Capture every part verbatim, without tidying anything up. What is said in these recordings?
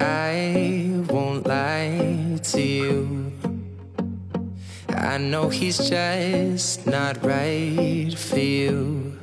I won't lie to you. I know he's just not right for you.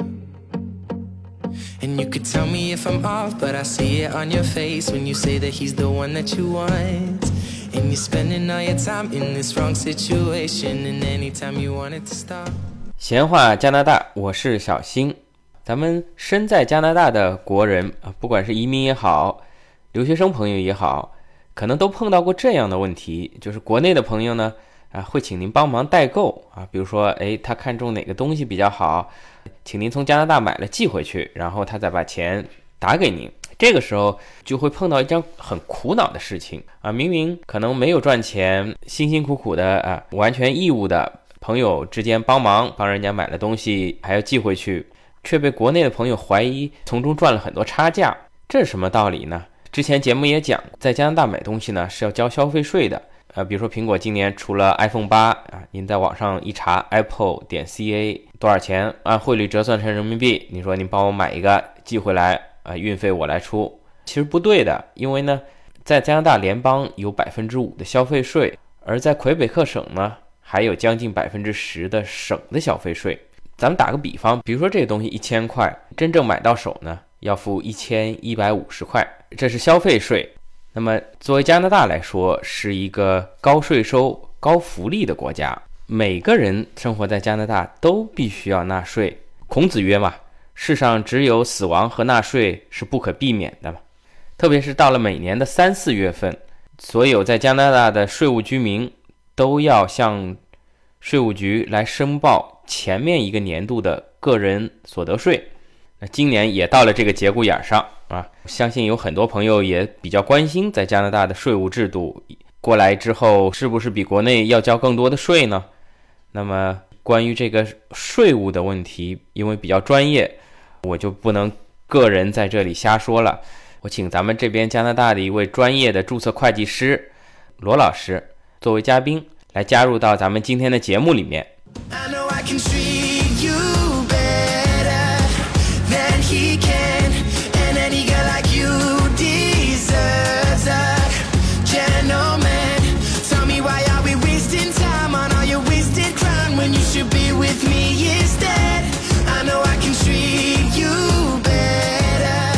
And you could tell me if I'm off, but I see it on your face when you say that he's the one that you want. And you're spending all your time in this wrong situation. And anytime you want it to stop. 闲话加拿大，我是小新。咱们身在加拿大的国人，不管是移民也好，留学生朋友也好，可能都碰到过这样的问题，就是国内的朋友呢，啊，会请您帮忙代购啊，比如说，哎，他看中哪个东西比较好，请您从加拿大买了寄回去，然后他再把钱打给您。这个时候就会碰到一件很苦恼的事情啊，明明可能没有赚钱，辛辛苦苦的啊，完全义务的朋友之间帮忙，帮人家买了东西还要寄回去，却被国内的朋友怀疑从中赚了很多差价，这是什么道理呢？之前节目也讲，在加拿大买东西呢是要交消费税的。呃，比如说苹果今年出了 iPhone 八啊，您在网上一查 apple 点 ca 多少钱，按汇率折算成人民币，你说您帮我买一个寄回来，呃，运费我来出，其实不对的，因为呢，在加拿大联邦有 百分之五 的消费税，而在魁北克省呢，还有将近 百分之十 的省的消费税。咱们打个比方，比如说这个东西一千块，真正买到手呢，要付一千一百五十块，这是消费税。那么作为加拿大来说，是一个高税收高福利的国家，每个人生活在加拿大都必须要纳税。孔子曰嘛，世上只有死亡和纳税是不可避免的嘛。特别是到了每年的三四月份，所有在加拿大的税务居民都要向税务局来申报前面一个年度的个人所得税。那今年也到了这个节骨眼上啊，相信有很多朋友也比较关心在加拿大的税务制度，过来之后是不是比国内要交更多的税呢？那么关于这个税务的问题，因为比较专业，我就不能个人在这里瞎说了，我请咱们这边加拿大的一位专业的注册会计师罗老师作为嘉宾来加入到咱们今天的节目里面。 I know I can treat you better than he can, and any girl like you deserves a gentleman. Tell me why are we wasting time on all your wasted crime when you should be with me instead. I know I can treat you better,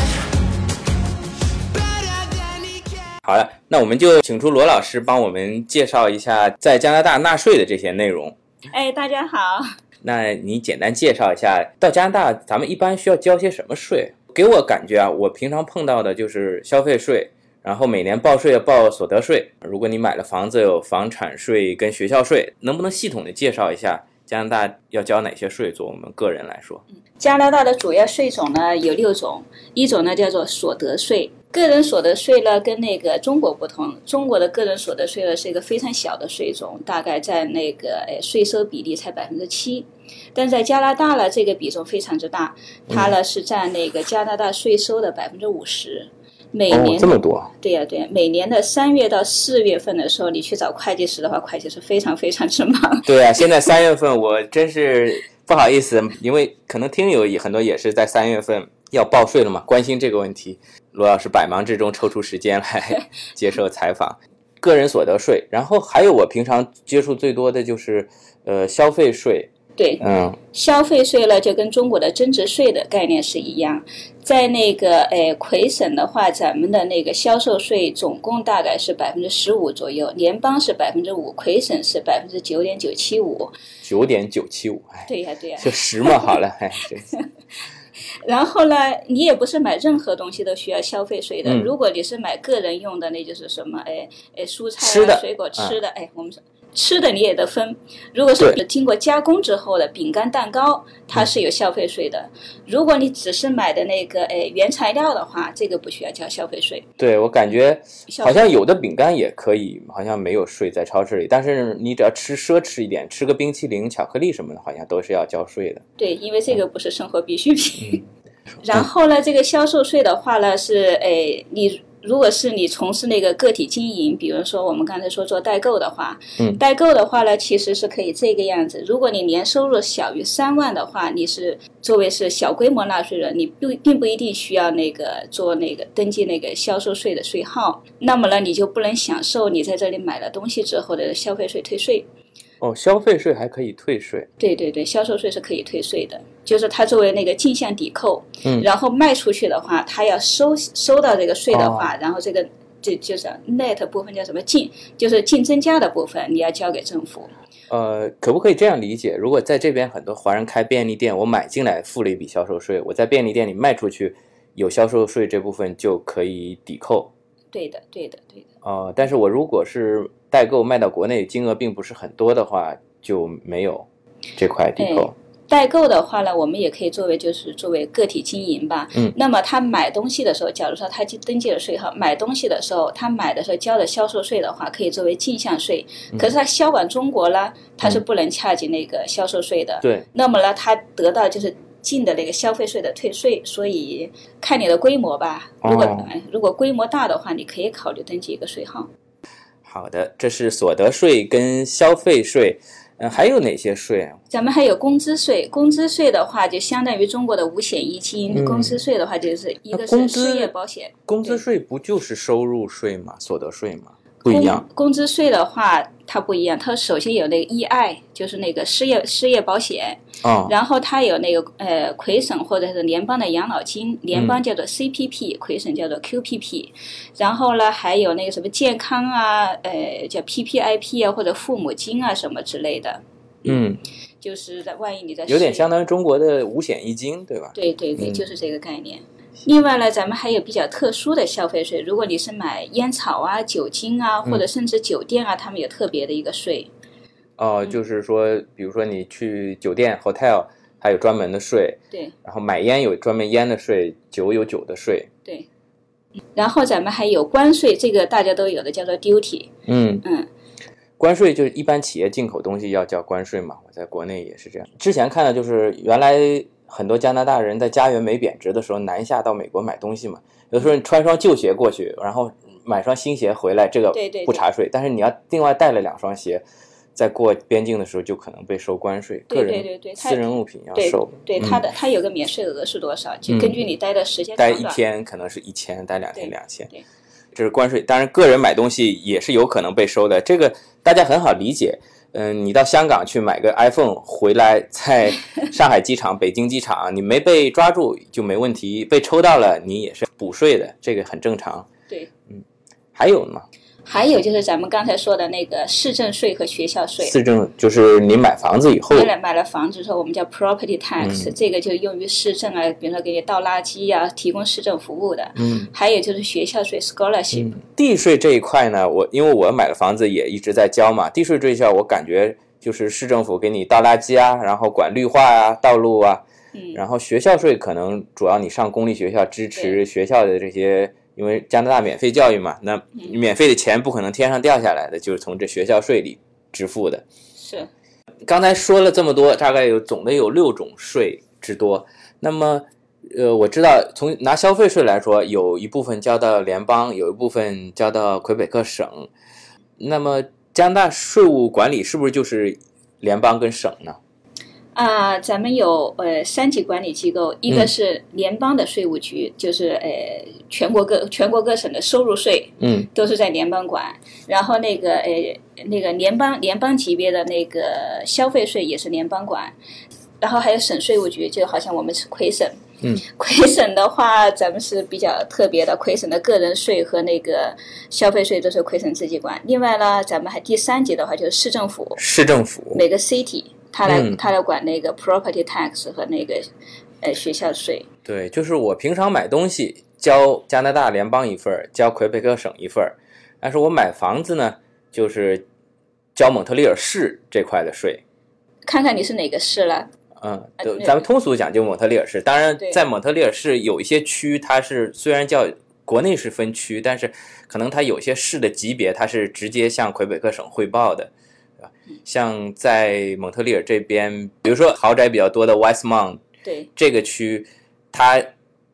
better than he can. 好了，那我们就请出罗老师帮我们介绍一下在加拿大纳税的这些内容。 哎，大家好。 那你简单介绍一下，到加拿大咱们一般需要交些什么税？给我感觉啊，我平常碰到的就是消费税，然后每年报税要报所得税，如果你买了房子有房产税跟学校税，能不能系统的介绍一下加拿大要交哪些税？做我们个人来说， 加拿大的主要税种呢有六种，一种呢叫做所得税。个人所得税呢跟那个中国不同，中国的个人所得税呢是一个非常小的税种，大概占那个诶税收比例才 百分之七， 但在加拿大呢这个比重非常之大，它呢是占那个加拿大税收的 百分之五十。每年、 哦、这么多？ 对呀、啊、对呀、啊，每年的三月到四月份的时候，你去找会计师的话，会计师非常非常之忙。 对啊，现在三月份我真是不好意思，因为可能听友很多也是在三月份要报税了嘛，关心这个问题，罗老师百忙之中抽出时间来接受采访。个人所得税，然后还有我平常接触最多的就是呃消费税。 对，嗯，消费税呢就跟中国的增值税的概念是一样，在那个诶魁省的话，咱们的那个销售税总共大概是 百分之十五 左右，联邦是 百分之五， 魁省是 百分之九点九七五。 九点九七五， 对呀、啊、对呀、啊， 就十嘛，好了，哎， 然后呢，你也不是买任何东西都需要消费税的、嗯、如果你是买个人用的，那就是什么哎哎蔬菜啊水果吃的、嗯、哎我们吃的你也得分，如果是经过加工之后的饼干蛋糕，它是有消费税的、嗯、如果你只是买的那个诶原材料的话，这个不需要交消费税。 对，我感觉好像有的饼干也可以，好像没有税在超市里，但是你只要吃奢侈一点，吃个冰淇淋巧克力什么的，好像都是要交税的。 对，因为这个不是生活必需品、嗯、然后呢这个销售税的话呢是诶你如果是你从事那个个体经营，比如说我们刚才说做代购的话， 嗯， 代购的话呢，其实是可以这个样子。如果你年收入小于三万的话，你是作为是小规模纳税人，你不并不一定需要那个做那个登记那个销售税的税号，那么呢，你就不能享受你在这里买了东西之后的消费税退税。 哦，消费税还可以退税？ 对对对，销售税是可以退税的，就是它作为那个进项抵扣， 嗯， 然后卖出去的话，它要收收到这个税的话，哦、然后这个这就是 net 部分叫什么净，就是净增加的部分，你要交给政府。 呃，可不可以这样理解？如果在这边很多华人开便利店，我买进来付了一笔销售税，我在便利店里卖出去，有销售税这部分就可以抵扣。 对的，对的，对的。 哦、呃，但是我如果是代购卖到国内，金额并不是很多的话，就没有这块抵扣。 哎代购的话呢，我们也可以作为就是作为个体经营吧。 嗯， 那么他买东西的时候，假如说他登记了税号，买东西的时候，他买的时候交的销售税的话，可以作为进项税。 嗯、 可是他销往中国呢，他是不能洽及那个销售税的。 对、嗯。 那么呢，他得到就是进的那个消费税的退税，所以看你的规模吧。如果、哦、如果规模大的话，你可以考虑登记一个税号。 好的，这是所得税跟消费税。嗯，还有哪些税啊？ 咱们还有工资税，工资税的话就相当于中国的五险一金。嗯、工资税的话就是一个是失业保险。 工资税不就是收入税吗？所得税吗？不一样。 工资税的话，它不一样。它首先有那个 E I， 就是那个失业失业保险。 哦。 然后它有那个呃魁省或者是联邦的养老金，联邦叫做 C P P，、嗯、魁省叫做 Q P P。然后呢，还有那个什么健康啊，呃，叫 P P I P 啊，或者父母金啊什么之类的。 嗯。 就是在万一你在有点相当于中国的五险一金，对吧？ 对对对，嗯、就是这个概念。另外呢，咱们还有比较特殊的消费税，如果你是买烟草啊、酒精啊，或者甚至酒店啊，嗯、他们有特别的一个税。 哦，就是说，比如说你去酒店 hotel， 还有专门的税。 对。 然后买烟有专门烟的税，酒有酒的税。 对。然后咱们还有关税，这个大家都有的，叫做 duty。 嗯嗯。 关税就是一般企业进口东西要交关税嘛，我在国内也是这样。之前看的就是原来很多加拿大人在家园没贬值的时候南下到美国买东西嘛，有的时候你穿双旧鞋过去，然后买双新鞋回来，这个不查税， 对对对， 但是你要另外带了两双鞋，在过边境的时候就可能被收关税。 对对对对， 私人物品要收。 对，对，它的它有个免税额是多少，就根据你待的时间长短，待一天可能是一千，待两天两千。 对。 这是关税，当然个人买东西也是有可能被收的，这个大家很好理解。嗯，你到香港去买个 iPhone 回来，在上海机场、北京机场，你没被抓住就没问题，被抽到了你也是补税的，这个很正常。 对， 嗯，还有吗？ 还有就是咱们刚才说的那个市政税和学校税。 市政就是你买房子以后， 买了买了房子之后，我们叫 property tax，、嗯、这个就用于市政啊，比如说给你倒垃圾啊，提供市政服务的。 嗯， 还有就是学校税 scholarship、嗯。 地税这一块呢，我因为我买了房子也一直在交嘛，地税这一块我感觉就是市政府给你倒垃圾啊，然后管绿化啊、道路啊。 嗯， 然后学校税可能主要你上公立学校支持学校的这些。因为加拿大免费教育嘛，那免费的钱不可能天上掉下来的，就是从这学校税里支付的。 是。 刚才说了这么多，大概有总的有六种税之多。那么，呃，我知道从拿消费税来说，有一部分交到联邦，有一部分交到魁北克省。那么加拿大税务管理是不是就是联邦跟省呢？ 啊，咱们有呃三级管理机构，一个是联邦的税务局，嗯、就是呃全国各全国各省的收入税， 嗯， 都是在联邦管。然后那个呃那个联邦联邦级别的那个消费税也是联邦管。然后还有省税务局，就好像我们是魁省， 嗯， 魁省的话，咱们是比较特别的，魁省的个人税和那个消费税都是魁省自己管。另外呢，咱们还第三级的话就是市政府， 市政府每个 city。他来、 嗯、 他来管那个 property tax 和那个呃学校税。 对，就是我平常买东西交加拿大联邦一份，交魁北克省一份，但是我买房子呢，就是交蒙特利尔市这块的税。 看看你是哪个市了。 嗯，咱们通俗讲就蒙特利尔市。当然，在蒙特利尔市有一些区，它是虽然叫国内是分区，但是可能它有些市的级别，它是直接向魁北克省汇报的。像在蒙特利尔这边，比如说豪宅比较多的 Westmount， 对， 这个区，它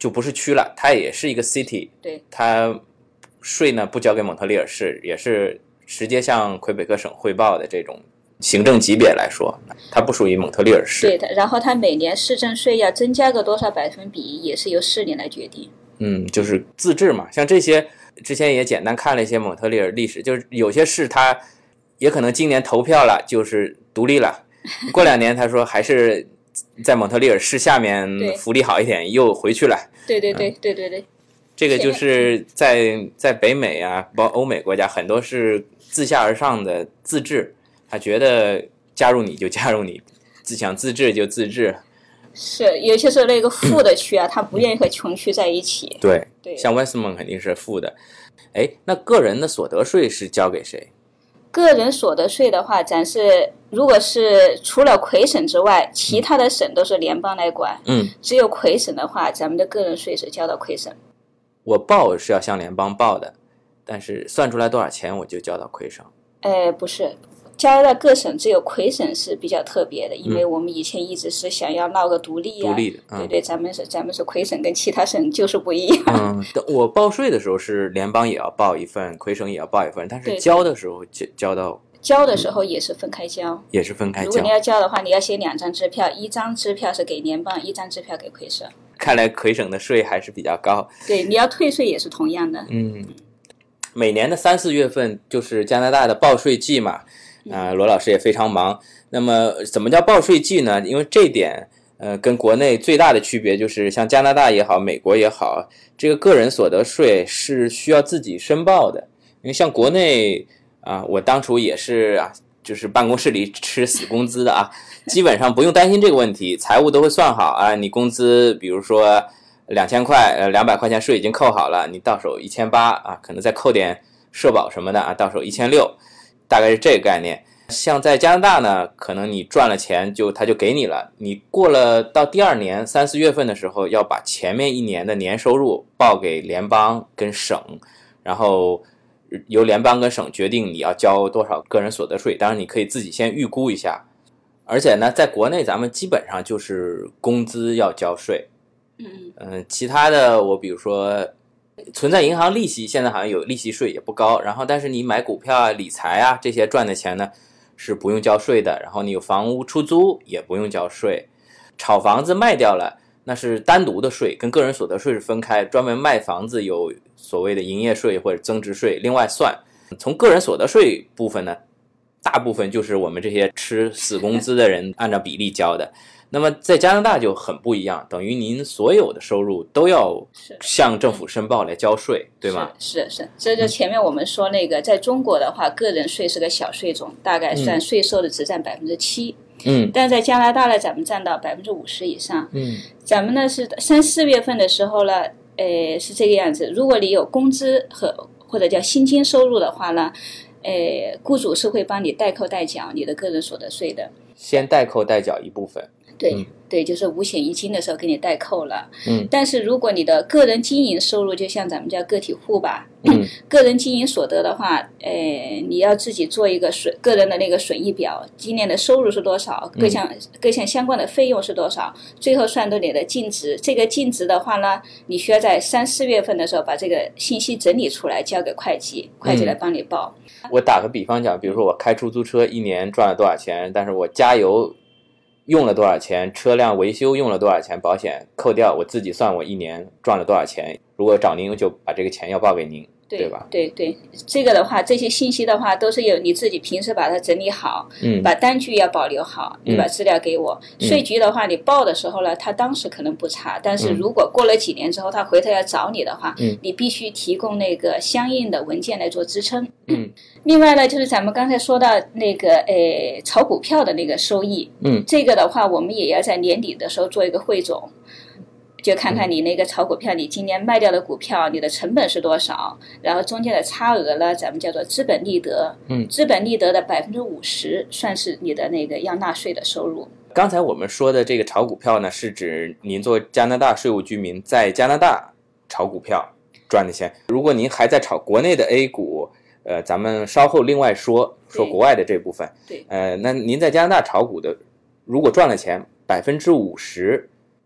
就不是区了，它也是一个 city， 对， 它税呢不交给蒙特利尔市，也是直接向魁北克省汇报的这种行政级别来说，它不属于蒙特利尔市。 对的，然后它每年市政税要增加个多少百分比，也是由市里来决定。 嗯，就是自治嘛。像这些之前也简单看了一些蒙特利尔历史，就是有些市它也可能今年投票了，就是独立了，过两年他说还是在蒙特利尔市下面福利好一点，又回去了。 对对对对对对， 这个就是在在北美啊，包括欧美国家，很多是自下而上的自治，他觉得加入你就加入你，自想自治就自治。 是，尤其是那个富的区啊，他不愿意和穷区在一起。 对对， 像 Westmont 肯定是富的。哎，那个人的所得税是交给谁？ 个人所得税的话，咱是如果是除了魁省之外，其他的省都是联邦来管。 嗯， 只有魁省的话，咱们的个人税是交到魁省。 我报是要向联邦报的，但是算出来多少钱我就交到魁省。 呃，不是，交到各省，只有魁省是比较特别的，因为我们以前一直是想要闹个独立啊。 独立的，嗯、 对对，咱们是咱们是魁省，跟其他省就是不一样。 嗯，我报税的时候是联邦也要报一份，魁省也要报一份，但是交的时候交交到。 交的时候也是分开交， 也是分开交。 如果你要交的话，你要写两张支票，一张支票是给联邦，一张支票给魁省。 看来魁省的税还是比较高。 对，你要退税也是同样的。 嗯，每年的三四月份就是加拿大的报税季嘛，啊、呃，罗老师也非常忙。那么怎么叫报税季呢？因为这点呃跟国内最大的区别就是像加拿大也好，美国也好，这个个人所得税是需要自己申报的。因为像国内啊，我当初也是啊，就是办公室里吃死工资的啊，基本上不用担心这个问题，财务都会算好啊。你工资比如说两千块，呃，两百块钱税已经扣好了，你到手一千八啊，可能再扣点社保什么的啊，到手一千六，大概是这个概念。像在加拿大呢，可能你赚了钱就他就给你了，你过了到第二年三四月份的时候，要把前面一年的年收入报给联邦跟省，然后由联邦跟省决定你要交多少个人所得税，当然你可以自己先预估一下。而且呢，在国内咱们基本上就是工资要交税，嗯嗯，其他的我比如说存在银行利息，现在好像有利息税也不高，然后但是你买股票啊、理财啊这些赚的钱呢是不用交税的，然后你有房屋出租也不用交税，炒房子卖掉了那是单独的税，跟个人所得税是分开，专门卖房子有所谓的营业税或者增值税另外算。从个人所得税部分呢，大部分就是我们这些吃死工资的人按照比例交的。那么在加拿大就很不一样，等于您所有的收入都要向政府申报来交税，对吗？ 是是是，这就前面我们说那个，在中国的话，个人税是个小税种，大概算税收的只占百分之七。嗯，但在加拿大呢，咱们占到百分之五十以上。嗯，咱们呢是三四月份的时候呢，呃，是这个样子。如果你有工资和或者叫薪金收入的话呢，呃，雇主是会帮你代扣代缴你的个人所得税的。 先代扣代缴一部分。 对、嗯、对，就是五险一金的时候给你代扣了。嗯，但是如果你的个人经营收入，就像咱们叫个体户吧，嗯，个人经营所得的话，呃，你要自己做一个损个人的那个损益表，今年的收入是多少，各项、嗯、各项相关的费用是多少，最后算出你的净值。这个净值的话呢，你需要在三四月份的时候把这个信息整理出来，交给会计，会计来帮你报。 嗯、我打个比方讲，比如说我开出租车一年赚了多少钱，但是我加油用了多少钱，车辆维修用了多少钱，保险扣掉，我自己算我一年赚了多少钱，如果找您就把这个钱要报给您， 对, 对吧？ 对对，这个的话，这些信息的话都是有你自己平时把它整理好，嗯，把单据要保留好，你把资料给我。嗯、税局的话，你报的时候呢，他当时可能不查，但是如果过了几年之后，他回头要找你的话，嗯，你必须提供那个相应的文件来做支撑。嗯，另外呢，就是咱们刚才说到那个呃炒股票的那个收益，嗯，这个的话，我们也要在年底的时候做一个汇总。就看看你那个炒股票，你今年卖掉的股票，你的成本是多少，然后中间的差额呢，咱们叫做资本利得。嗯，资本利得的百分之五十算是你的那个要纳税的收入。 刚才我们说的这个炒股票呢，是指您作为加拿大税务居民在加拿大炒股票赚的钱。如果您还在炒国内的 A 股，呃，咱们稍后另外说说国外的这部分。对，呃，那您在加拿大炒股的，如果赚了钱，百分之五十。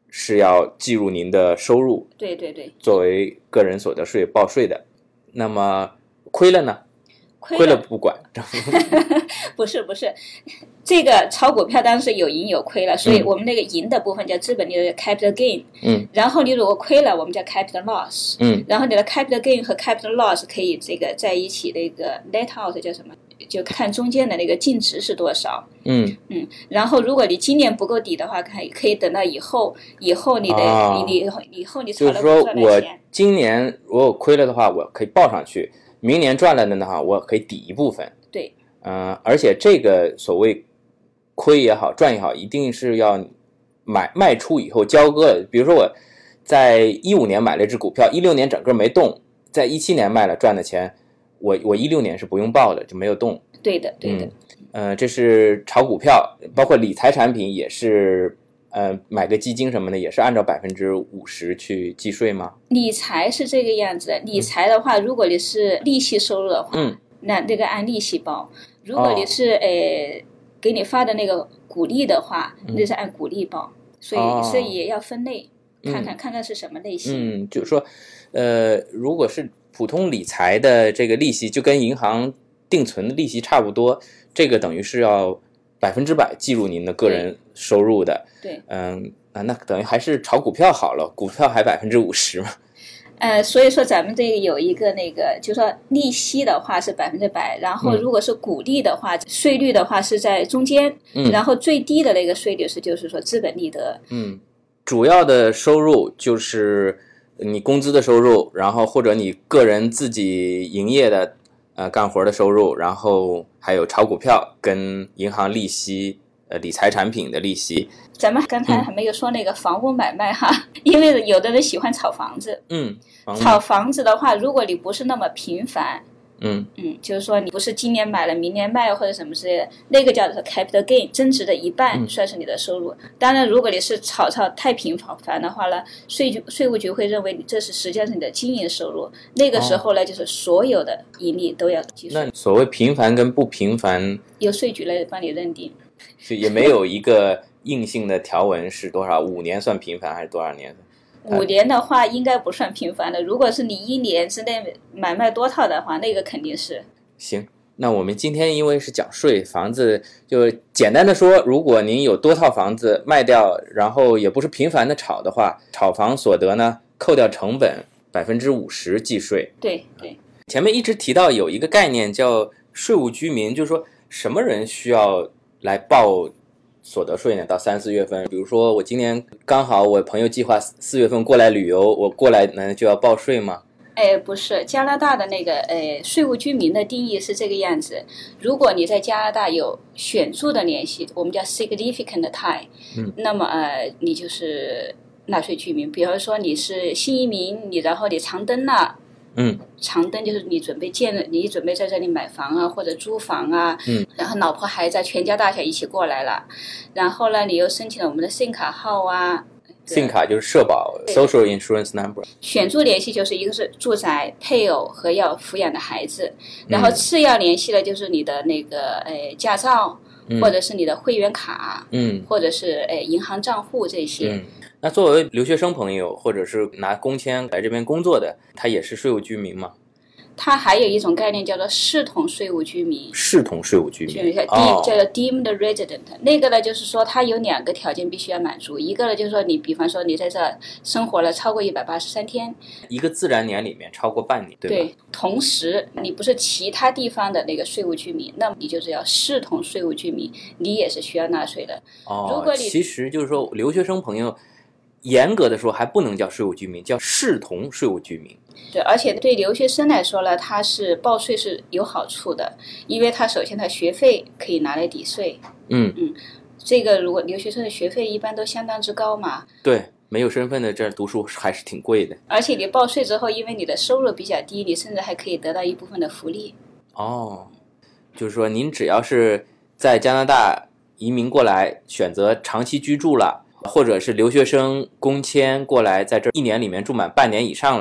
是要计入您的收入， 对对对， 作为个人所得税报税的。那么亏了呢？ 亏 了, 亏了不管不是不是，这个炒股票当然是有赢有亏了，所以我们那个赢的部分叫资本利得 capital gain， 嗯， 然后你如果亏了，我们叫 capital loss， 嗯， 然后你的 capital gain 和 capital loss 可以这个在一起，那个 net out 叫什么？就看中间的那个净值是多少， 嗯嗯，然后如果你今年不够底的话，可以可以等到以后，以后你的、哦、你你以后你炒了就是说我今年如果亏了的话，我可以报上去。明年赚了的话，我可以抵一部分。 对， 嗯、呃，而且这个所谓亏也好，赚也好，一定是要买卖出以后交割。比如说我在一五年买了一只股票，一六年整个没动，在一七年卖了赚的钱，我我一六年是不用报的，就没有动。 对的，对的。 嗯、呃，这是炒股票，包括理财产品也是。呃，买个基金什么的也是按照百分之五十去计税吗？ 理财是这个样子的。理财的话，嗯、如果你是利息收入的话， 嗯， 那那个按利息报；如果你是、哦、呃给你发的那个股利的话， 嗯、 那是按股利报。所以、哦、所以也要分类，看看、嗯、看看是什么类型。 嗯，就是说，呃，如果是普通理财的这个利息，就跟银行定存的利息差不多，这个等于是要百分之百计入您的个人收入的。 对， 嗯，啊，那等于还是炒股票好了，股票还百分之五十嘛。 呃，所以说咱们这个有一个那个，就是说利息的话是百分之百，然后如果是股利的话，嗯、税率的话是在中间， 嗯， 然后最低的那个税率是就是说资本利得， 嗯，主要的收入就是你工资的收入，然后或者你个人自己营业的呃干活的收入，然后还有炒股票跟银行利息。呃，理财产品的利息， 咱们刚才还没有说那个房屋买卖哈，嗯、因为有的人喜欢炒房子， 嗯，房炒房子的话，如果你不是那么频繁， 嗯嗯，就是说你不是今年买了明年卖或者什么之类的，那个叫做 capital gain， 增值的一半算是你的收入。嗯、当然，如果你是炒炒太频繁的话呢，税局税务局会认为你这是实际上是你的经营收入，那个时候呢，哦、就是所有的盈利都要计税。 那所谓频繁跟不频繁， 由税局来帮你认定。 所以也没有一个硬性的条文是多少，五年算频繁还是多少年？ 五年的话应该不算频繁的，如果是你一年之内买卖多套的话，那个肯定是。 行，那我们今天因为是讲税，房子就简单的说，如果您有多套房子卖掉，然后也不是频繁的炒的话，炒房所得呢扣掉成本百分之五十计税。 对对。 前面一直提到有一个概念叫税务居民，就是说什么人需要来报所得税呢？到三四月份，比如说我今年刚好我朋友计划四月份过来旅游，我过来呢就要报税吗？ 哎，不是，加拿大的那个呃税务居民的定义是这个样子。如果你在加拿大有显著的联系，我们叫 significant tie， 嗯， 那么呃你就是纳税居民。比方说你是新移民，你然后你长登了。 嗯， 长登就是你准备建了，你准备在这里买房啊，或者租房啊， 嗯， 然后老婆孩子全家大小一起过来了，然后呢，你又申请了我们的信卡号啊， 信卡就是社保 social insurance number。 显著联系就是一个是住宅、配偶和要抚养的孩子，然后次要联系的就是你的那个呃驾照， 嗯、 或者是你的会员卡， 嗯， 或者是呃银行账户这些。 嗯，那作为留学生朋友，或者是拿工签来这边工作的，他也是税务居民吗？ 它还有一种概念叫做视同税务居民。 视同税务居民， 哦，叫做 deemed resident。那个呢，就是说它有两个条件必须要满足，一个呢就是说你，比方说你在这生活了超过一百八十三天， 一个自然年里面超过半年，对吧？ 对，同时你不是其他地方的那个税务居民，那么你就是要视同税务居民，你也是需要纳税的。 哦， 如果你其实就是说留学生朋友。严格的说还不能叫税务居民，叫视同税务居民。 对，而且对留学生来说呢，他是报税是有好处的，因为他首先他学费可以拿来抵税。 嗯嗯，这个如果留学生的学费一般都相当之高嘛。 对，没有身份的这儿读书还是挺贵的。 而且你报税之后，因为你的收入比较低，你甚至还可以得到一部分的福利。 哦，就是说您只要是在加拿大移民过来，选择长期居住了。或者是留学生工签过来，在这一年里面住满半年以上了，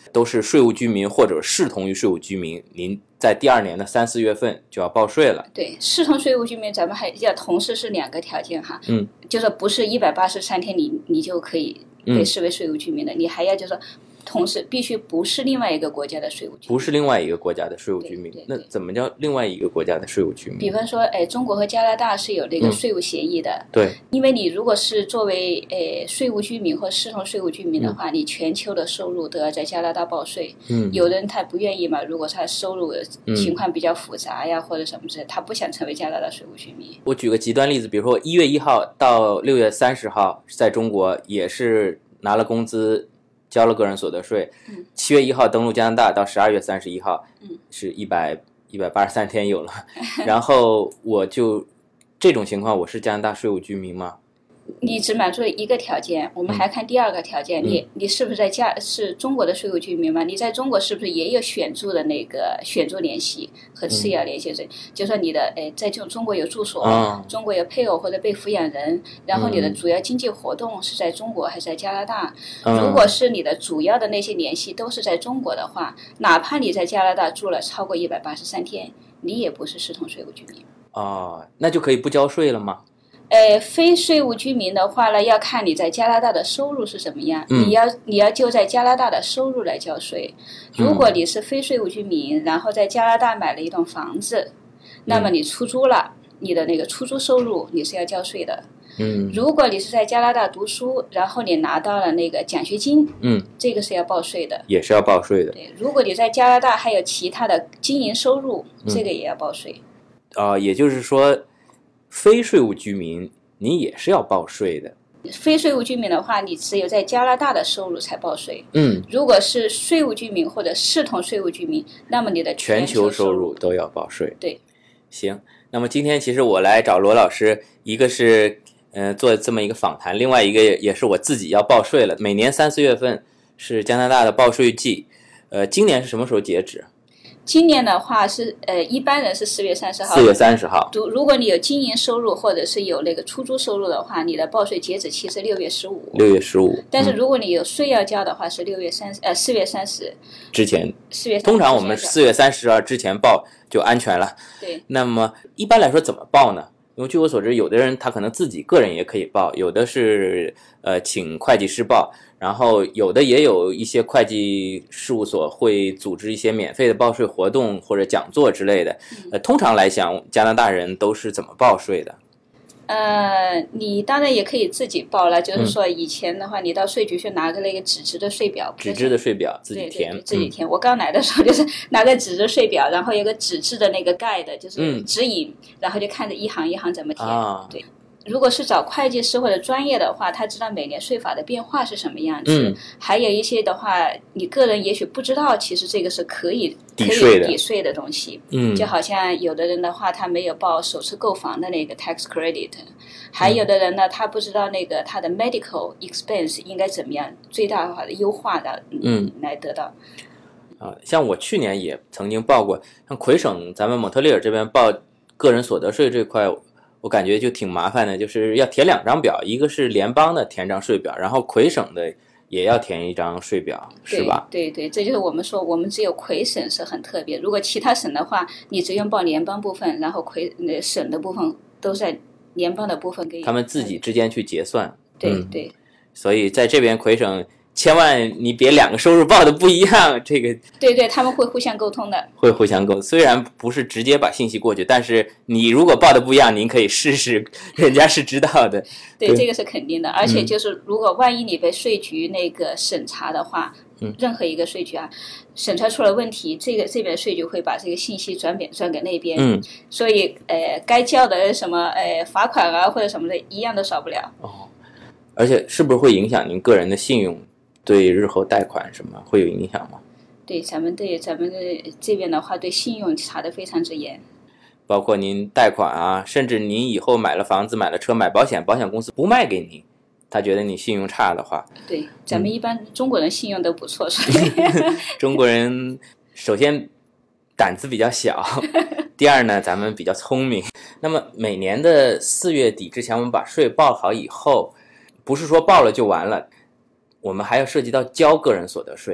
都是税务居民或者视同于税务居民，您在第二年的三四月份就要报税了。 对，视同税务居民，咱们还要同时是两个条件哈， 嗯， 就是不是一百八十三天你你就可以被视为税务居民的，嗯、你还要就是说。同时必须不是另外一个国家的税务居民， 不是另外一个国家的税务居民。那怎么叫另外一个国家的税务居民？ 比方说，哎，中国和加拿大是有那个税务协议的。 嗯、对， 因为你如果是作为哎税务居民或视同税务居民的话，嗯、你全球的收入都要在加拿大报税。嗯，有人他不愿意嘛，如果他收入情况比较复杂呀，嗯、或者什么之类，他不想成为加拿大税务居民。 我举个极端例子，比如说一月一号到六月三十号，在中国也是拿了工资。交了个人所得税，七月一号登陆加拿大到十二月三十一号，嗯、是一百一百八十三天有了。然后我就这种情况，我是加拿大税务居民吗？ 你只满足了一个条件，我们还看第二个条件，嗯、你你是不是在加是中国的税务居民嘛？你在中国是不是也有选住的那个选住联系和次要联系？嗯、就说你的哎，在中中国有住所，哦、中国有配偶或者被抚养人，然后你的主要经济活动是在中国还是在加拿大？嗯、如果是你的主要的那些联系都是在中国的话，哪怕你在加拿大住了超过一百八十三天，你也不是视同税务居民。 哦，那就可以不交税了吗？ 呃，非税务居民的话呢，要看你在加拿大的收入是怎么样，嗯、你要你要就在加拿大的收入来交税。如果你是非税务居民，然后在加拿大买了一栋房子，那么你出租了，嗯、你的那个出租收入你是要交税的。嗯，如果你是在加拿大读书，然后你拿到了那个奖学金，嗯，这个是要报税的， 也是要报税的。 对，如果你在加拿大还有其他的经营收入，嗯、这个也要报税。 啊、呃，也就是说。非税务居民你也是要报税的。 非税务居民的话，你只有在加拿大的收入才报税。嗯，如果是税务居民或者视同税务居民，那么你的全球收入都要报税。 对， 行。那么今天其实我来找罗老师，一个是呃做这么一个访谈，另外一个也是我自己要报税了。每年三四月份是加拿大的报税季，呃，今年是什么时候截止？ 今年的话是呃，一般人是四月三十号。 四月三十号。 如如果你有经营收入或者是有那个出租收入的话，你的报税截止期是六月十五。 六月十五。 但是如果你有税要交的话，是六月三十呃四月三十之前。 四月通常我们四月三十号之前报就安全了。 对。 那么一般来说怎么报呢？因为据我所知，有的人他可能自己个人也可以报，有的是呃请会计师报。然后有的也有一些会计事务所会组织一些免费的报税活动或者讲座之类的。呃，通常来讲，加拿大人都是怎么报税的？ 呃，你当然也可以自己报了，就是说以前的话，你到税局去拿个那个纸质的税表， 纸质的税表自己填， 对对对自己填。嗯、我刚来的时候就是拿个纸质税表，然后有个纸质的那个 guide， 就是指引，嗯、然后就看着一行一行怎么填。啊、对。如果是找会计师或者专业的话，他知道每年税法的变化是什么样子。嗯、还有一些的话，你个人也许不知道，其实这个是可以抵税的抵税的东西。嗯，就好像有的人的话，他没有报首次购房的那个 tax credit， 还有的人呢，他不知道那个他的 medical expense 应该怎么样最大化的优化的，嗯，来得到。 啊，像我去年也曾经报过，像魁省咱们蒙特利尔这边报个人所得税这块。我感觉就挺麻烦的，就是要填两张表，一个是联邦的填张税表，然后魁省的也要填一张税表，是吧？ 对对，这就是我们说，我们只有魁省是很特别。如果其他省的话，你只用报联邦部分，然后魁省的部分都在联邦的部分给他们自己之间去结算。 对、 嗯、 对， 所以在这边魁省。千万你别两个收入报的不一样，这个对对，他们会互相沟通的， 会互相沟通。虽然不是直接把信息过去，但是你如果报的不一样，您可以试试，人家是知道的。 对，对这个是肯定的。而且就是如果万一你被税局那个审查的话，嗯、任何一个税局啊，审查出了问题，这个这边税局会把这个信息转给转给那边。嗯，所以呃，该交的什么呃罚款啊或者什么的，一样都少不了。 哦，而且是不是会影响您个人的信用？对日后贷款什么会有影响吗？ 对，咱们对咱们的这边的话，对信用查得非常之严， 包括您贷款啊，甚至您以后买了房子、买了车、买保险，保险公司不卖给你，他觉得你信用差的话， 对，咱们一般中国人信用都不错，所以中国人首先胆子比较小，第二呢，咱们比较聪明。那么每年的四月底之前，我们把税报好以后，不是说报了就完了。我们还要涉及到交个人所得税，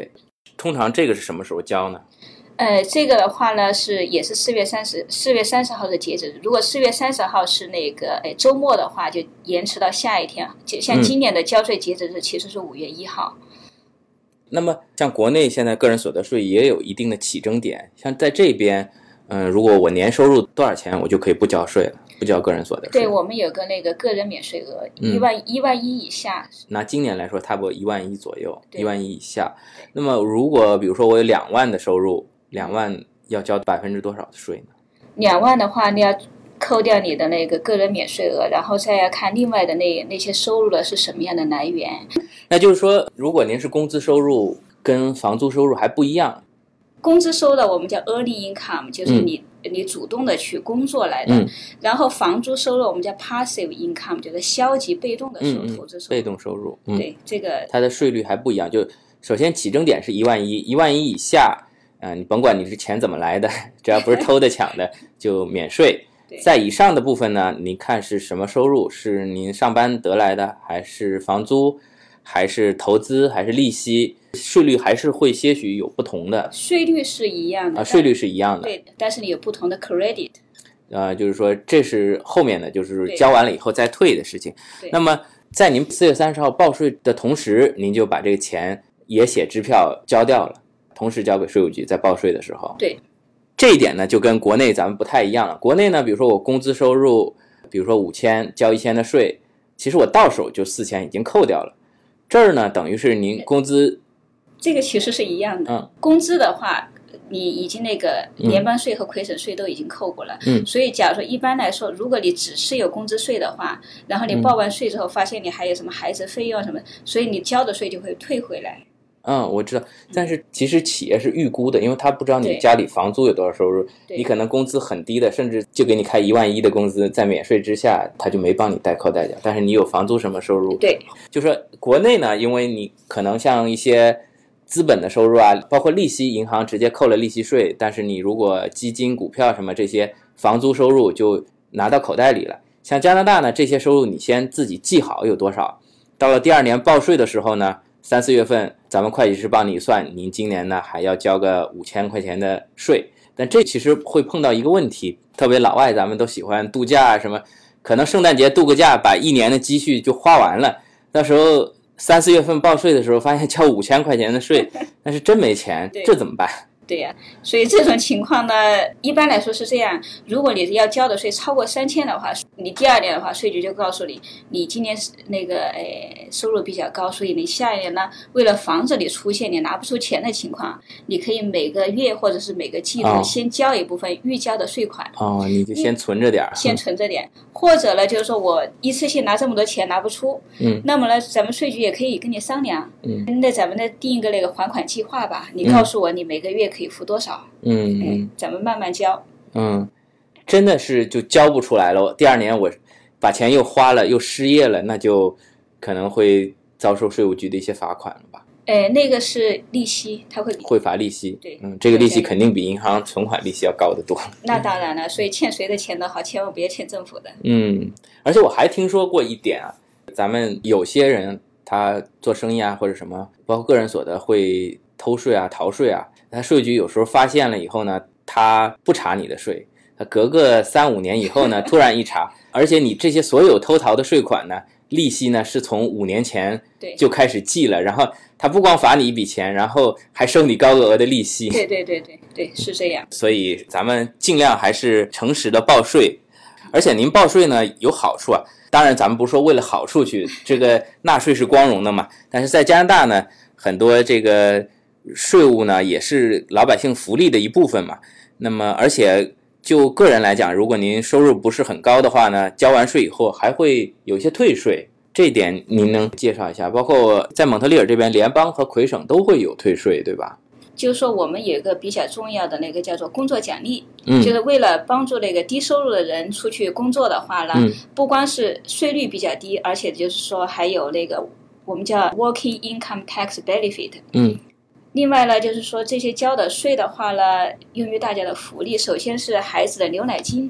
通常这个是什么时候交呢？ 呃，这个的话呢是也是四月三十四月三十号的截止。如果四月三十号是那个哎周末的话，就延迟到下一天。就像今年的交税截止日其实是五月一号。嗯、 那么像国内现在个人所得税也有一定的起征点，像在这边，嗯、呃，如果我年收入多少钱，我就可以不交税了，不交个人所得税。 对，我们有个那个个人免税额，一万、嗯、一万一以下。 拿今年来说，差不多一万一左右，一万一以下。那么如果比如说我有两万的收入。两万要交百分之多少的税呢？ 两万的话，你要扣掉你的那个个人免税额，然后再要看另外的那那些收入的是什么样的来源。 那就是说，如果您是工资收入跟房租收入还不一样， 工资收的我们叫 early income， 就是你、嗯、你主动的去工作来的、嗯、然后房租收入我们叫 passive income， 就是消极被动的收入、嗯、投资收入， 被动收入、 嗯、对，这个它的税率还不一样。就首先起征点是一万一，一万一以下嗯、呃，你甭管你这钱怎么来的，只要不是偷的抢的就免税。在以上的部分呢，您看是什么收入？是您上班得来的，还是房租，还是投资，还是利息？税率还是会些许有不同的。 税率是一样的啊， 税率是一样的。 对，但是你有不同的 credit。 呃，就是说这是后面的，就是交完了以后再退的事情。那么在您四月三十号报税的同时，您就把这个钱也写支票交掉了。同时交给税务局，在报税的时候， 对这一点呢，就跟国内咱们不太一样了。国内呢，比如说我工资收入，比如说五千，交一千的税，其实我到手就四千已经扣掉了。这儿呢，等于是您工资， 这个其实是一样的。嗯，工资的话，你已经那个联邦税和亏损税都已经扣过了。嗯，所以假如说一般来说，如果你只是有工资税的话，然后你报完税之后，发现你还有什么孩子费用什么，所以你交的税就会退回来。 嗯，我知道，但是其实企业是预估的，因为他不知道你家里房租有多少收入，你可能工资很低的，甚至就给你开一万一的工资，在免税之下，他就没帮你代扣代缴，但是你有房租什么收入？ 对， 就说国内呢，因为你可能像一些资本的收入啊，包括利息，银行直接扣了利息税，但是你如果基金、股票什么这些房租收入就拿到口袋里了。像加拿大呢，这些收入你先自己记好有多少，到了第二年报税的时候呢，三四月份咱们会计师帮你算，您今年呢还要交个五千块钱的税。但这其实会碰到一个问题，特别老外咱们都喜欢度假啊什么，可能圣诞节度个假，把一年的积蓄就花完了，到时候三四月份报税的时候发现交五千块钱的税，那是真没钱，这怎么办？ 对呀、啊，所以这种情况呢，一般来说是这样。如果你要交的税超过三千的话，你第二年的话，税局就告诉你，你今年那个呃收入比较高，所以你下一年呢，为了防止你出现你拿不出钱的情况，你可以每个月或者是每个季度先交一部分预交的税款。 哦，你就先存着点， 先存着点，或者呢，就是说我一次性拿这么多钱拿不出，嗯，那么呢，咱们税局也可以跟你商量，嗯，那咱们呢定一个那个还款计划吧，你告诉我你每个月可以付多少，嗯，哎，咱们慢慢交。 嗯，真的是就交不出来了，第二年我把钱又花了，又失业了，那就可能会遭受税务局的一些罚款了吧？ 哎，那个是利息，它会会罚利息。 对， 嗯，这个利息肯定比银行存款利息要高得多。 那当然了，所以欠谁的钱都好，千万别欠政府的。 嗯，而且我还听说过一点啊，咱们有些人他做生意啊或者什么，包括个人所得会偷税啊、逃税啊，他税局有时候发现了以后呢，他不查你的税，他隔个三五年以后呢，突然一查，而且你这些所有偷逃的税款呢，利息呢是从五年前就开始计了，然后他不光罚你一笔钱，然后还收你高额的利息。 对对对对对，是这样。 所以咱们尽量还是诚实的报税，而且您报税呢有好处啊。当然咱们不是说为了好处去，这个纳税是光荣的嘛，但是在加拿大呢，很多这个税务呢也是老百姓福利的一部分嘛。那么而且就个人来讲，如果您收入不是很高的话呢，交完税以后还会有一些退税，这一点您能介绍一下？包括在蒙特利尔这边，联邦和魁省都会有退税，对吧？ 就是说我们有一个比较重要的那个叫做工作奖励，嗯，就是为了帮助那个低收入的人出去工作的话呢，嗯，不光是税率比较低，而且就是说还有那个我们叫 working income tax benefit， 嗯，另外呢就是说这些交的税的话呢，用于大家的福利，首先是孩子的牛奶金。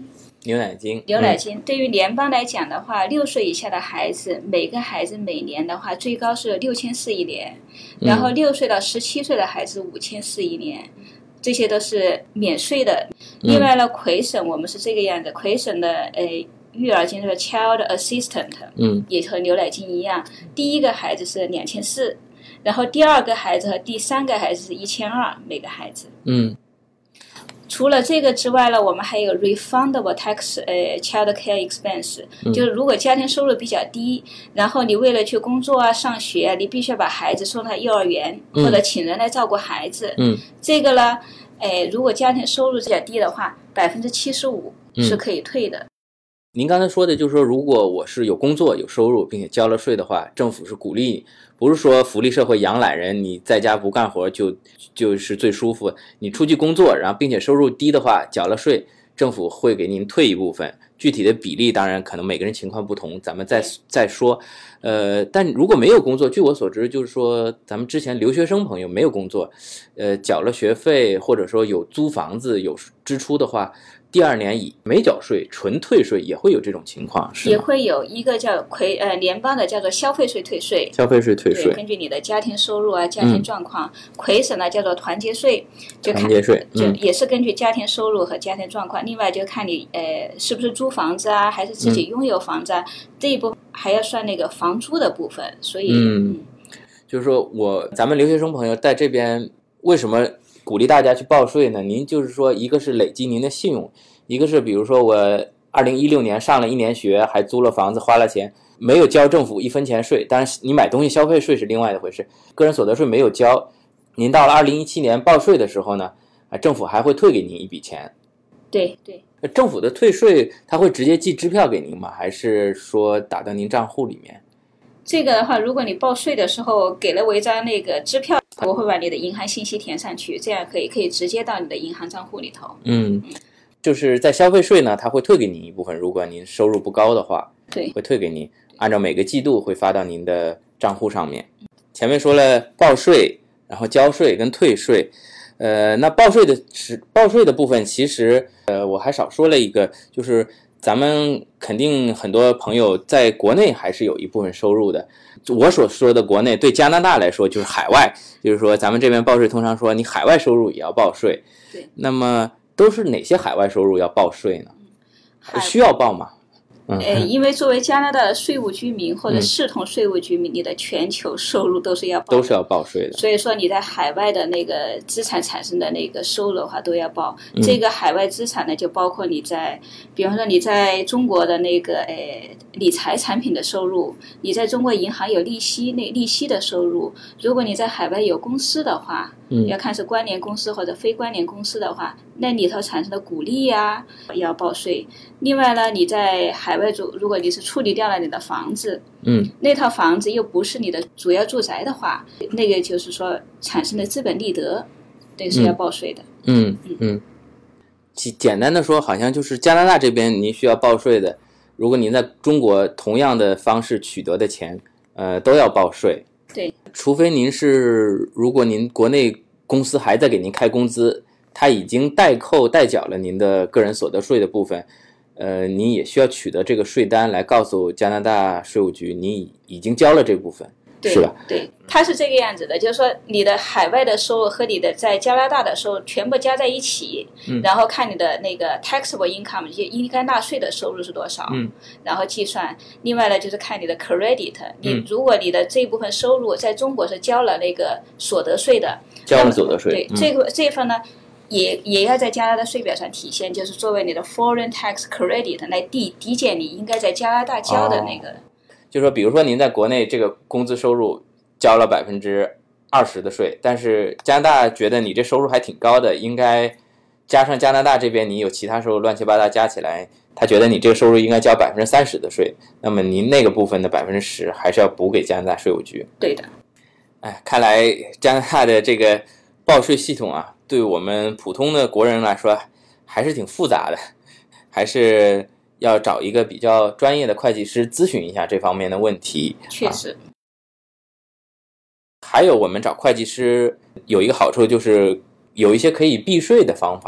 牛奶金， 牛奶金、嗯、对于联邦来讲的话，六岁以下的孩子，每个孩子每年的话最高是六千四一年，然后六岁到十七岁的孩子五千四一年，这些都是免税的。另外呢，魁省我们是这个样子，魁省的呃育儿金是 Child Assistant， 嗯， 也和牛奶金一样，第一个孩子是两千四，然后第二个孩子和第三个孩子是一千二每个孩子， 嗯。 除了这个之外呢，我们还有 refundable tax 呃 child care expense，、嗯、就是如果家庭收入比较低，然后你为了去工作啊、上学啊，你必须要把孩子送到幼儿园、嗯、或者请人来照顾孩子。 嗯， 这个呢，呃，如果家庭收入比较低的话，百分之七十五是可以退的。 嗯，您刚才说的就是说，如果我是有工作、有收入，并且交了税的话，政府是鼓励，不是说福利社会养懒人，你在家不干活就就是最舒服。你出去工作，然后并且收入低的话，缴了税，政府会给您退一部分。具体的比例当然可能每个人情况不同，咱们再再说。呃，但如果没有工作，据我所知，就是说咱们之前留学生朋友没有工作，呃，缴了学费或者说有租房子有支出的话，第二年以没缴税纯退税也会有这种情况，是吗？ 也会有一个叫魁呃联邦的叫做消费税退税， 消费税退税， 根据你的家庭收入啊、家庭状况。魁、嗯、省呢叫做团结税，就看团结税， 嗯、就也是根据家庭收入和家庭状况。另外就看你呃是不是租房子啊，还是自己拥有房子啊，嗯、这一部分还要算那个房租的部分。所以， 嗯，嗯就是说我咱们留学生朋友在这边为什么鼓励大家去报税呢？您就是说，一个是累积您的信用。一个是比如说我二零一六年上了一年学，还租了房子花了钱，没有交政府一分钱税，当然你买东西消费税是另外一回事，个人所得税没有交，您到了二零一七年报税的时候呢，政府还会退给您一笔钱。 对对， 政府的退税他会直接寄支票给您吗？还是说打到您账户里面？ 这个的话，如果你报税的时候给了我一张那个支票，我会把你的银行信息填上去，这样可以可以直接到你的银行账户里头。 嗯，就是在消费税呢，它会退给您一部分，如果您收入不高的话， 对， 会退给您，按照每个季度会发到您的账户上面。前面说了报税，然后交税跟退税，呃，那报税的报税的部分，其实呃我还少说了一个，就是咱们肯定很多朋友在国内还是有一部分收入的。我所说的国内对加拿大来说就是海外，就是说咱们这边报税通常说你海外收入也要报税。 对， 那么都是哪些海外收入要报税呢？需要报吗？ 呃，因为作为加拿大的税务居民或者视同税务居民，嗯、你的全球收入都是要报都是要报税的。 所以说你在海外的那个资产产生的那个收入的话都要报。嗯、这个海外资产呢，就包括你在，比方说你在中国的那个呃理财产品的收入，你在中国银行有利息那利息的收入。如果你在海外有公司的话，嗯、要看是关联公司或者非关联公司的话，那里头产生的股利呀、啊、要报税。另外呢，你在海外住，如果你是处理掉了你的房子， 嗯， 那套房子又不是你的主要住宅的话，那个就是说产生的资本利得，这是要报税的。 嗯嗯嗯，简单的说，好像就是加拿大这边您需要报税的，如果您在中国同样的方式取得的钱，呃，都要报税。 对， 除非您是，如果您国内公司还在给您开工资，他已经代扣代缴了您的个人所得税的部分。呃，你也需要取得这个税单来告诉加拿大税务局，你已经交了这部分，是吧？ 对，它是这个样子的，就是说你的海外的收入和你的在加拿大的收入全部加在一起，嗯、然后看你的那个 taxable income， 就应该纳税的收入是多少， 嗯、 然后计算。另外呢，就是看你的 credit， 你如果你的这部分收入在中国是交了那个所得税的， 交了所得税， 对、嗯、这个这份呢。也也要在加拿大税表上体现，就是作为你的 foreign tax credit 来抵抵减你应该在加拿大交的那个。哦、 就是说，比如说您在国内这个工资收入交了百分之二十的税，但是加拿大觉得你这收入还挺高的，应该加上加拿大这边你有其他收入乱七八糟加起来，他觉得你这个收入应该交百分之三十的税，那么您那个部分的百分之十还是要补给加拿大税务局。 对的。 哎，看来加拿大的这个报税系统啊，对我们普通的国人来说还是挺复杂的，还是要找一个比较专业的会计师咨询一下这方面的问题。 确实、啊、 还有我们找会计师有一个好处，就是有一些可以避税的方法，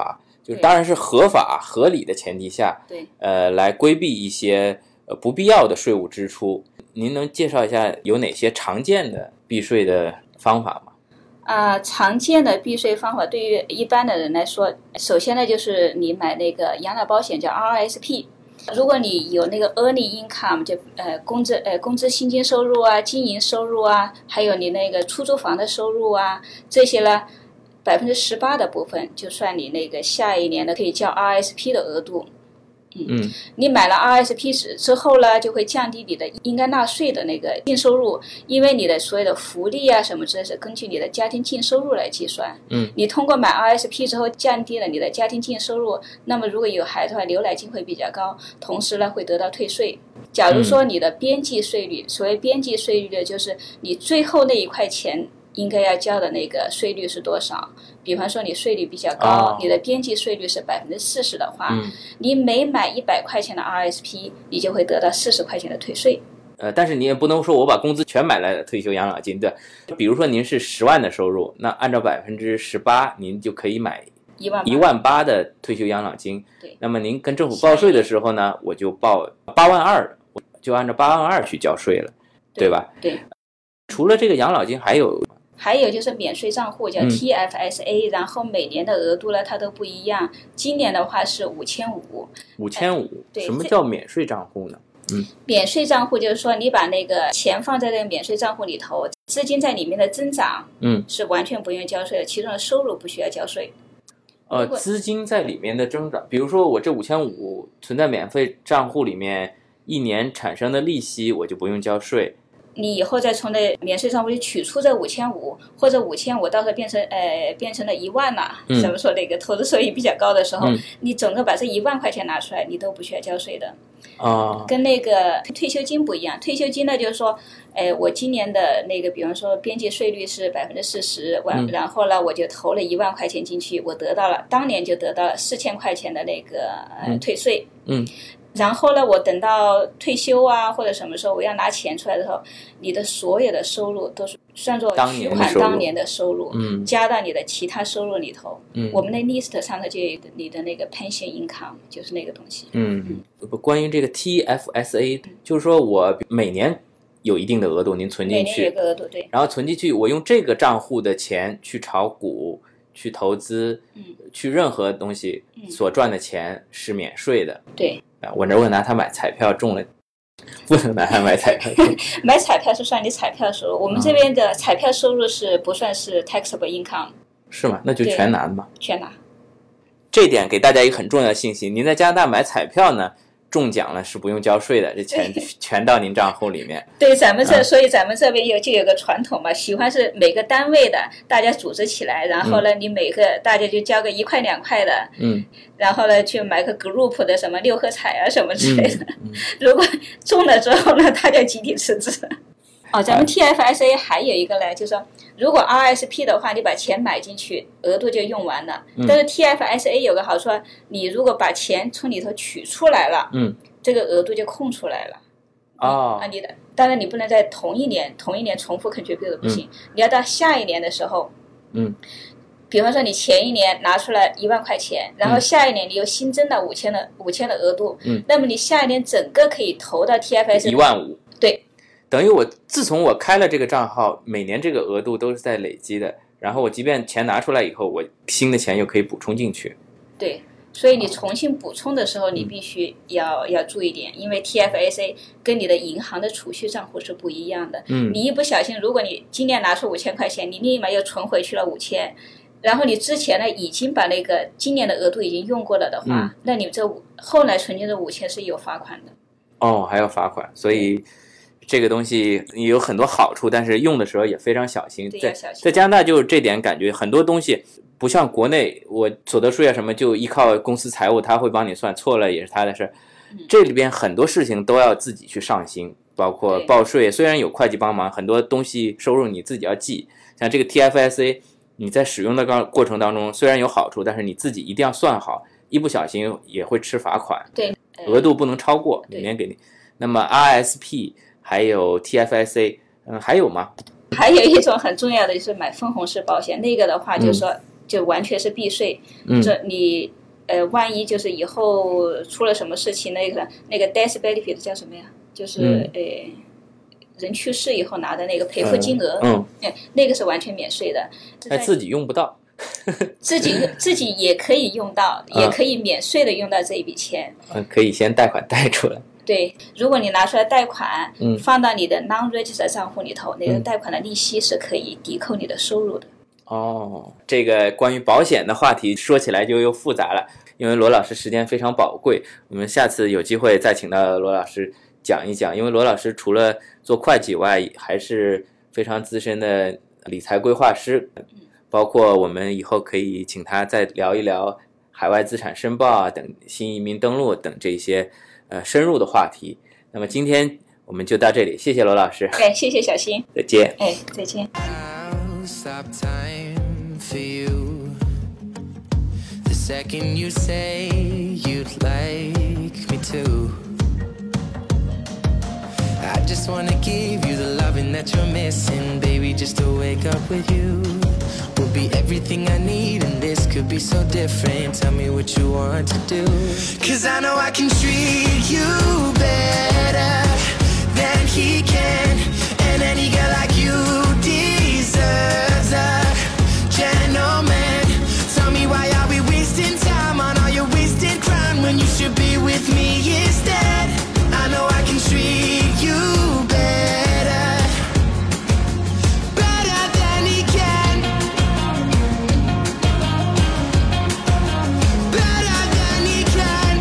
就是当然是合法合理的前提下， 对， 呃，来规避一些呃不必要的税务支出。您能介绍一下有哪些常见的避税的方法吗？ 啊、呃，常见的避税方法对于一般的人来说，首先呢就是你买那个养老保险叫 R S P。如果你有那个 earning income， 就呃工资呃工资薪金收入啊、经营收入啊，还有你那个出租房的收入啊，这些呢，百分之十八的部分就算你那个下一年的可以交 R S P 的额度。 嗯， 你买了 R S P 之后呢，就会降低你的应该纳税的那个净收入，因为你的所有的福利啊什么这是根据你的家庭净收入来计算。 嗯， 你通过买 R S P 之后降低了你的家庭净收入，那么如果有孩子的话，牛奶金会比较高，同时呢会得到退税。假如说你的边际税率，所谓边际税率的就是你最后那一块钱应该要交的那个税率是多少？比方说你税率比较高， 哦、 你的边际税率是百分之四十的话， 嗯， 你每买一百块钱的 R S P， 你就会得到四十块钱的退税。 呃，但是你也不能说我把工资全买来退休养老金，对？比如说您是十万的收入，那按照百分之十八，您就可以买一万一万八的退休养老金。 对， 那么您跟政府报税的时候呢，我就报八万二，我就按照八万二去交税了， 对, 对吧？ 对。 除了这个养老金，还有。 还有就是免税账户叫 T F S A、嗯、然后每年的额度呢它都不一样，今年的话是五千五。 五千五， 对， 什么叫免税账户呢？嗯， 免税账户就是说你把那个钱放在这个免税账户里头，资金在里面的增长， 嗯， 是完全不用交税的，其中的收入不需要交税。 呃，资金在里面的增长，比如说我这五千五存在免费账户里面，一年产生的利息我就不用交税。 你以后再从那免税账户里取出这五千五，或者五千五到时候变成呃变成了一万了， 嗯， 怎么说那个投资收益比较高的时候， 嗯， 你整个把这一万块钱拿出来，你都不需要交税的。 啊， 跟那个退休金不一样，退休金呢就是说，哎，我今年的那个，比方说边际税率是百分之四十，完，然后呢我就投了一万块钱进去，我得到了当年就得到了四千块钱的那个呃退税， 嗯。 然后呢，我等到退休啊或者什么时候我要拿钱出来的时候，你的所有的收入都是算作取款当年的收入， 嗯， 加到你的其他收入里头。 嗯， 我们的 list 上头就有你的那个 pension income， 就是那个东西。 嗯，关于这个 T F S A，嗯，就是说我每年有一定的额度，您存进去， 每年有个额度，对， 然后存进去，我用这个账户的钱去炒股、去投资， 嗯， 去任何东西所赚的钱是免税的。 嗯，对。 我这问拿他买彩票中了，不能拿他买彩票中。 买彩票是算你彩票收入，我们这边的彩票收入是不算是 taxable income。 是吗？那就全拿嘛。 全拿。 这点给大家一个很重要的信息：您在加拿大买彩票呢，中奖了是不用交税的，这钱全到您账户里面。 对，咱们这、嗯、所以咱们这边有就有个传统嘛，喜欢是每个单位的大家组织起来，然后呢，嗯、你每个大家就交个一块两块的， 嗯， 然后呢去买个 group 的什么六合彩啊什么之类的。 嗯嗯、 如果中了之后呢，大家集体辞职。哦，咱们 T F S A 还有一个呢，就是说，如果 R S P 的话，你把钱买进去，额度就用完了。 嗯、 但是 T F S A 有个好处，你如果把钱从里头取出来了， 嗯， 这个额度就空出来了。 哦， 啊，你的，当然你不能在同一年同一年重复 contribute 不行、嗯，你要到下一年的时候， 嗯， 比方说你前一年拿出来一万块钱，然后下一年你又新增了五千的五千的额度， 嗯， 那么你下一年整个可以投到 T F S A 一万五， 对。 等于我自从我开了这个账号，每年这个额度都是在累积的，然后我即便钱拿出来以后，我新的钱又可以补充进去。 对，所以你重新补充的时候，你必须要、嗯、要注意点，因为 T F S A 跟你的银行的储蓄账户是不一样的。 嗯， 你一不小心，如果你今年拿出五千块钱，你立马又存回去了五千，然后你之前呢已经把那个今年的额度已经用过了的话，嗯、那你这后来存进的五千是有罚款的。 哦，还要罚款，所以。这个东西有很多好处，但是用的时候也非常小心。 在在加拿大就是这点感觉，很多东西不像国内，我所得税啊什么就依靠公司财务，他会帮你算，错了也是他的事。 嗯、 这里边很多事情都要自己去上心，包括报税，虽然有会计帮忙，很多东西收入你自己要记。像这个 T F S A， 你在使用的过程当中虽然有好处，但是你自己一定要算好，一不小心也会吃罚款。 对， 额度不能超过，里面给你。那么 R S P。还有 T F S A， 嗯，还有吗？ 还有一种很重要的就是买分红式保险，那个的话就是说、嗯、就完全是避税。 嗯， 这你呃，万一就是以后出了什么事情，那个那个 death benefit 叫什么呀？就是、嗯、呃，人去世以后拿的那个赔付金额， 嗯， 嗯，那个是完全免税的。 哎，自己用不到， 自己自己也可以用到，嗯、也可以免税的用到这一笔钱。 嗯，可以先贷款贷出来。 对，如果你拿出来贷款， 嗯， 放到你的 non-register 账户里头，那个贷款的利息是可以抵扣你的收入的。 哦，这个关于保险的话题说起来就又复杂了，因为罗老师时间非常宝贵，我们下次有机会再请到罗老师讲一讲，因为罗老师除了做会计外，还是非常资深的理财规划师，包括我们以后可以请他再聊一聊海外资产申报啊等新移民登录等这些呃深入的话题。那么今天我们就到这里，谢谢罗老师。 哎，谢谢小新， 再见。 哎，再见。 Stop time for you. The second you say you'd like me to, I just wanna give you the loving that you're missing, baby. Just to wake up with you will be everything I need, and this could be so different. Tell me what you want to do, 'cause I know I can treat you better than he can, and any girl like you deserves a gentleman. Tell me why are we wasting time on all your wasted crime when you should be with me instead. I know I can treat you better, better than he can, better than he can.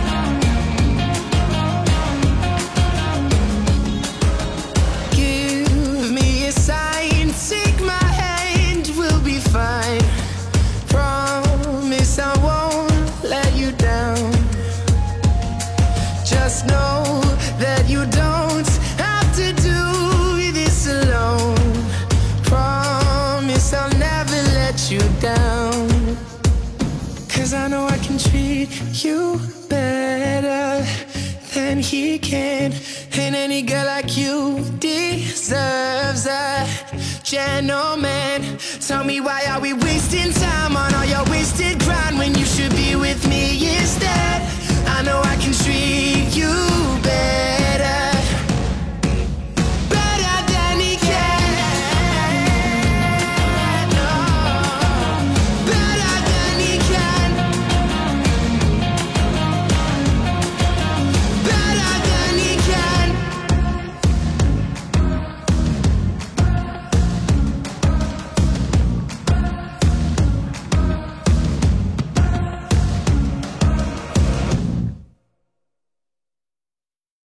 Give me a sign, take my hand, we'll be fine. Promise I won't let you down. Just know that you don't have to do this alone. Promise I'll never let you down, 'cause I know I can treat you better than he can, and any girl like you deserves a gentleman. Tell me why are we wasting time